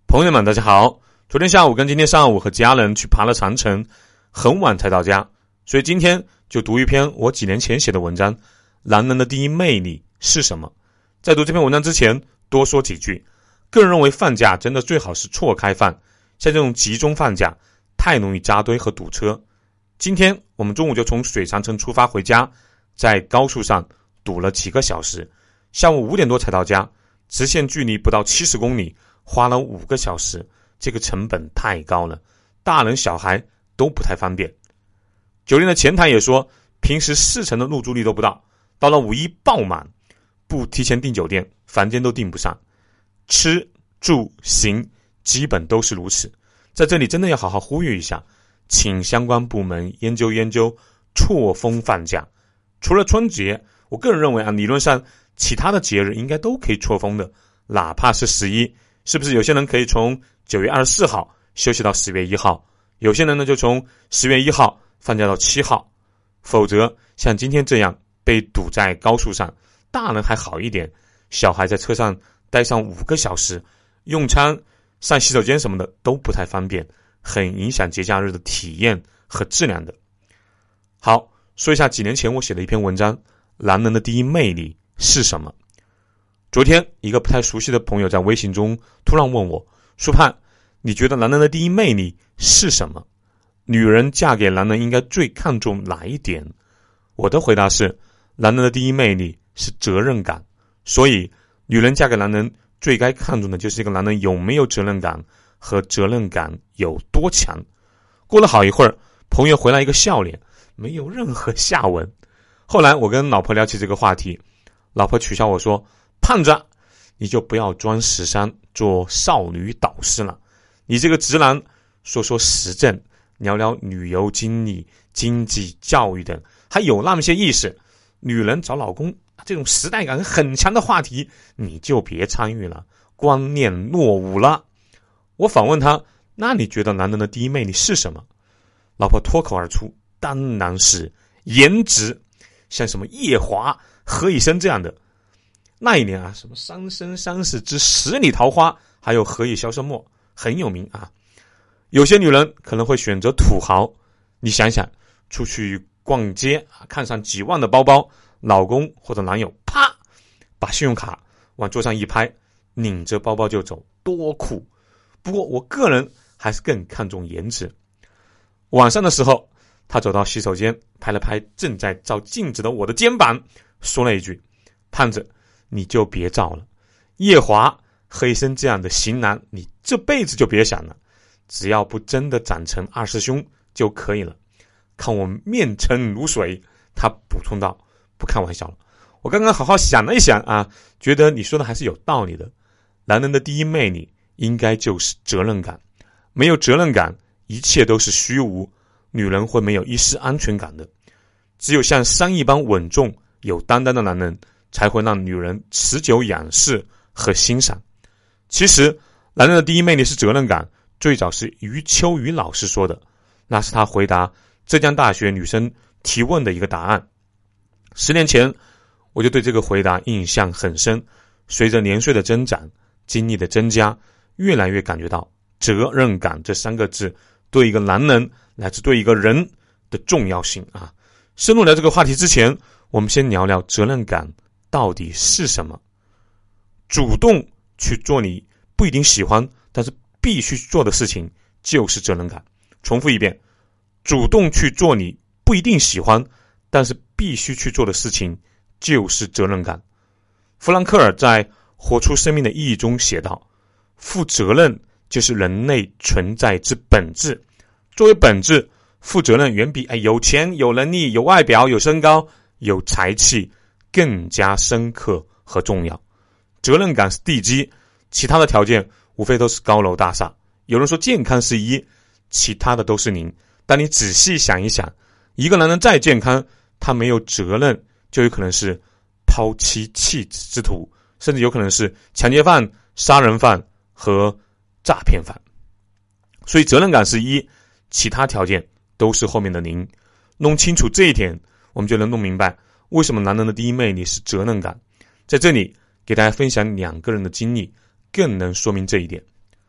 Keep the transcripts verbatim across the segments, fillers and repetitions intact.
朋友们大家好，昨天下午跟今天上午和家人去爬了长城，很晚才到家，所以今天就读一篇我几年前写的文章，男人的第一魅力是什么。在读这篇文章之前多说几句，个人认为放假真的最好是错开放，像这种集中放假太容易扎堆和堵车。今天我们中午就从水长城出发回家，在高速上堵了几个小时，下午五点多才到家，直线距离不到七十公里，花了五个小时，这个成本太高了，大人小孩都不太方便。酒店的前台也说，平时四成的入住率都不到，到了五一爆满，不提前订酒店，房间都订不上。吃住行基本都是如此，在这里真的要好好呼吁一下，请相关部门研究研究错峰放假。除了春节，我个人认为啊，理论上其他的节日应该都可以错峰的，哪怕是十一，是不是有些人可以从九月二十四号休息到十月一号，有些人呢就从十月一号放假到七号，否则像今天这样被堵在高速上，大人还好一点，小孩在车上待上五个小时，用餐上洗手间什么的都不太方便，很影响节假日的体验和质量的。好，说一下几年前我写的一篇文章，男人的第一魅力是什么。昨天一个不太熟悉的朋友在微信中突然问我，舒盼，你觉得男人的第一魅力是什么？女人嫁给男人应该最看重哪一点？我的回答是，男人的第一魅力是责任感，所以女人嫁给男人最该看重的就是这个男人有没有责任感和责任感有多强。过了好一会儿，朋友回来一个笑脸，没有任何下文。后来我跟老婆聊起这个话题，老婆取笑我说，胖子，你就不要装十三做少女导师了，你这个直男说说时政，聊聊旅游经历、经济、教育等，还有那么些意识，女人找老公这种时代感很强的话题你就别参与了，观念落伍了。我反问他，那你觉得男人的第一魅力是什么？老婆脱口而出，当然是颜值，像什么夜华、何以琛这样的。那一年啊，什么三生三世之十里桃花，还有何以萧瑟墨，很有名啊。有些女人可能会选择土豪，你想想，出去逛街看上几万的包包，老公或者男友啪把信用卡往桌上一拍，拧着包包就走，多酷。不过我个人还是更看重颜值。晚上的时候，他走到洗手间，拍了拍正在照镜子的我的肩膀，说了一句，胖子，你就别照了，夜华、何以琛这样的型男你这辈子就别想了，只要不真的长成二师兄就可以了。看我面沉如水，他补充道，不开玩笑了。我刚刚好好想了一想啊，觉得你说的还是有道理的。男人的第一魅力应该就是责任感，没有责任感一切都是虚无，女人会没有一丝安全感的。只有像山一般稳重有担当的男人，才会让女人持久仰视和欣赏。其实男人的第一魅力是责任感，最早是余秋雨老师说的，那是他回答浙江大学女生提问的一个答案。十年前我就对这个回答印象很深，随着年岁的增长，经历的增加，越来越感觉到责任感这三个字对一个男人乃至对一个人的重要性啊。深入聊这个话题之前，我们先聊聊责任感到底是什么。主动去做你不一定喜欢但是必须做的事情就是责任感。重复一遍，主动去做你不一定喜欢但是必须去做的事情就是责任感。弗兰克尔在《活出生命的意义》中写道，负责任就是人类存在之本质。作为本质，负责任远比哎有钱、有能力、有外表、有身高、有才气更加深刻和重要。责任感是地基，其他的条件无非都是高楼大厦。有人说健康是一，其他的都是零。但你仔细想一想，一个男人再健康，他没有责任，就有可能是抛妻弃子之徒，甚至有可能是强奸犯、杀人犯和诈骗犯。所以责任感是一，其他条件都是后面的零。弄清楚这一点，我们就能弄明白为什么男人的第一魅力是责任感。在这里给大家分享两个人的经历，更能说明这一点。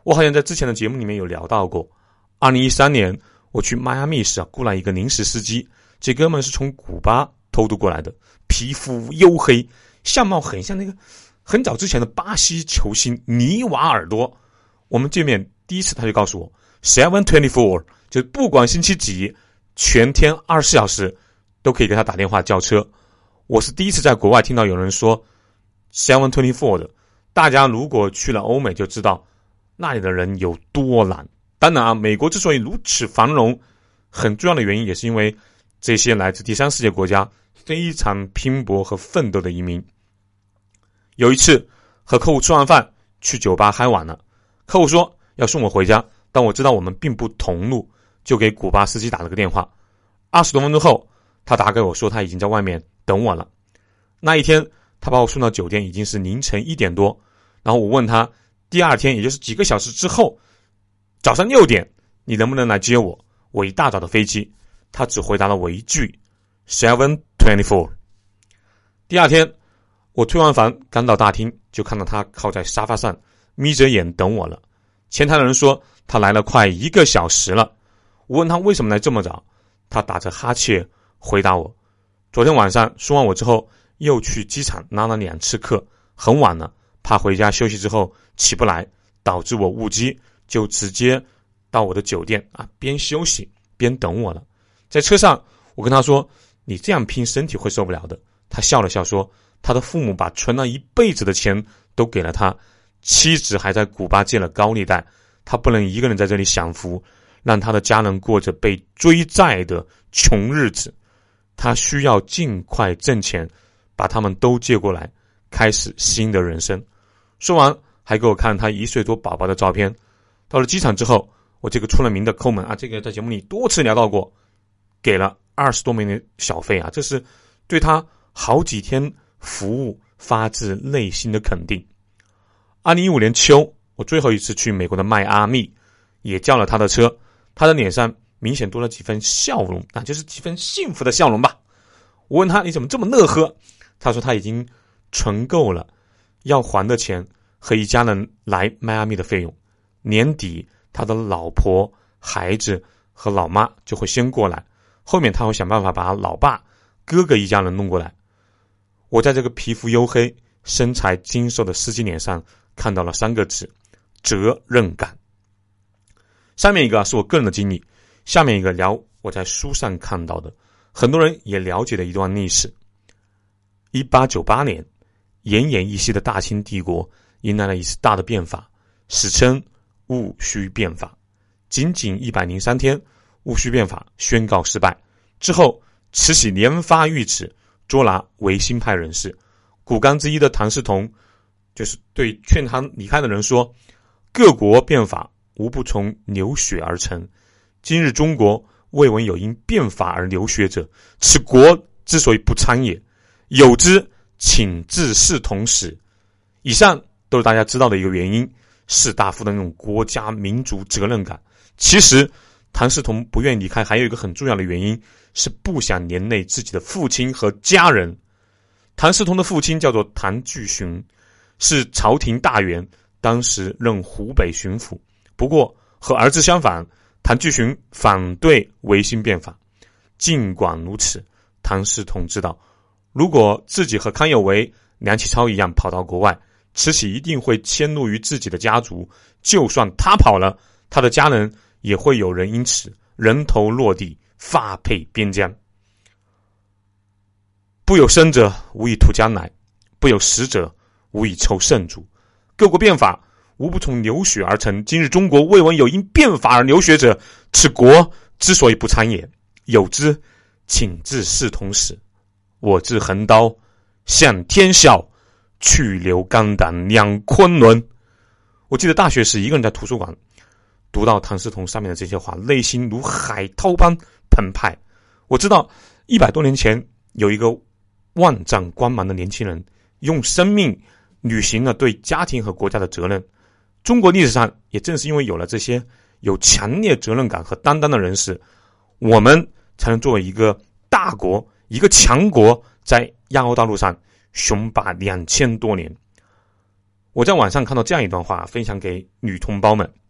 我好像在之前的节目里面有聊到过，二零一三年我去迈阿密时啊，雇来一个临时司机，这哥们是从古巴偷渡过来的，皮肤黝黑，相貌很像那个很早之前的巴西球星尼瓦尔多。我们见面第一次他就告诉我 seven twenty-four 就不管星期几，全天二十四小时都可以给他打电话叫车。我是第一次在国外听到有人说 seven twenty-four 的，大家如果去了欧美就知道那里的人有多懒。当然啊，美国之所以如此繁荣，很重要的原因也是因为这些来自第三世界国家非常拼搏和奋斗的移民。有一次和客户吃完饭去酒吧嗨晚了，客户说要送我回家，但我知道我们并不同路，就给古巴司机打了个电话。二十多分钟后，他打给我说他已经在外面等我了。那一天他把我送到酒店已经是凌晨一点多，然后我问他第二天也就是几个小时之后早上六点你能不能来接我，我一大早的飞机。他只回答了我一句 seven twenty-four。 第二天我退完房刚到大厅，就看到他靠在沙发上眯着眼等我了。前台的人说他来了快一个小时了。我问他为什么来这么早，他打着哈欠回答我，昨天晚上送完我之后又去机场拉了两次课，很晚了，怕回家休息之后起不来，导致我误机，就直接到我的酒店啊，边休息边等我了。在车上我跟他说你这样拼身体会受不了的。他笑了笑说他的父母把存了一辈子的钱都给了他，妻子还在古巴借了高利贷，他不能一个人在这里享福，让他的家人过着被追债的穷日子。他需要尽快挣钱，把他们都接过来，开始新的人生。说完还给我看他一岁多宝宝的照片。到了机场之后，我这个出了名的抠门啊，这个在节目里多次聊到过，给了二十多美元小费啊，这是对他好几天服务发自内心的肯定。二零一五年秋，我最后一次去美国的迈阿密，也叫了他的车，他的脸上明显多了几分笑容啊，就是几分幸福的笑容吧。我问他你怎么这么乐呵，他说他已经存够了要还的钱和一家人来迈阿密的费用，年底他的老婆孩子和老妈就会先过来，后面他会想办法把老爸哥哥一家人弄过来。我在这个皮肤黝黑身材精瘦的司机脸上看到了三个字：责任感。上面一个是我个人的经历，下面一个聊我在书上看到的，很多人也了解的一段历史。一八九八年，奄奄一息的大清帝国迎来了一次大的变法，史称戊戌变法。仅仅一百零三天，戊戌变法宣告失败。之后，慈禧连发谕旨，捉拿维新派人士。骨干之一的谭嗣同，就是对劝他离开的人说：各国变法无不从流血而成，今日中国未闻有因变法而流血者，此国之所以不昌也。有之，请自视同始。以上都是大家知道的一个原因，士大夫的那种国家民族责任感。其实谭嗣同不愿意离开还有一个很重要的原因，是不想连累自己的父亲和家人。谭嗣同的父亲叫做谭巨询，是朝廷大员，当时任湖北巡抚。不过和儿子相反，谭巨询反对维新变法。尽管如此，谭嗣同知道，如果自己和康有为、梁启超一样跑到国外，慈禧一定会迁怒于自己的家族，就算他跑了，他的家人也会有人因此人头落地，发配边疆。不有生者，无以图将来；不有死者，无以酬圣主。各国变法无不从流血而成，今日中国未闻有因变法而流血者，此国之所以不昌也。有之，请自视同始。我自横刀向天笑，去留肝胆两昆仑。我记得大学时一个人在图书馆读到谭嗣同上面的这些话，内心如海涛般澎湃。我知道一百多年前有一个万丈光芒的年轻人，用生命履行了对家庭和国家的责任。中国历史上也正是因为有了这些有强烈责任感和担当的人士，我们才能作为一个大国、一个强国，在亚欧大陆上雄霸两千多年。我在网上看到这样一段话，分享给女同胞们：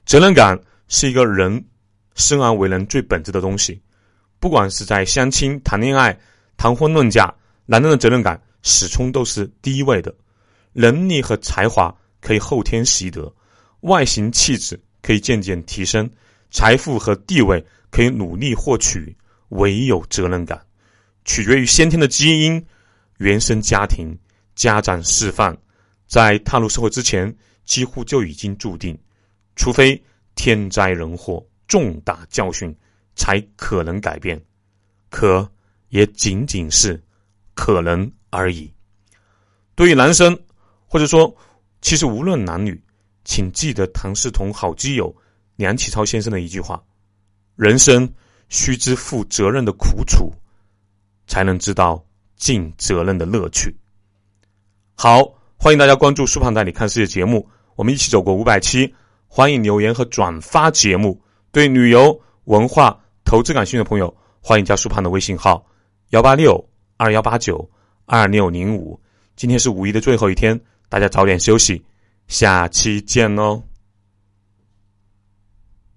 责任感是一个人生而为人最本质的东西，不管是在相亲、谈恋爱、谈婚论嫁，男人的责任感始终都是第一位的。能力和才华可以后天习得，外形气质可以渐渐提升，财富和地位可以努力获取，唯有责任感取决于先天的基因、原生家庭、家长示范，在踏入社会之前几乎就已经注定，除非天灾人祸、重大教训才可能改变，可也仅仅是可能而已。对于男生，或者说其实无论男女，请记得唐世同好基友梁启超先生的一句话：人生须知负责任的苦楚，才能知道尽责任的乐趣。好，欢迎大家关注苏胖带你看世界节目，我们一起走过五百期，欢迎留言和转发节目。对旅游、文化、投资感兴趣的朋友，欢迎加苏胖的微信号一八六二一八九二六零五。今天是五一的最后一天，大家早点休息，下期见哦。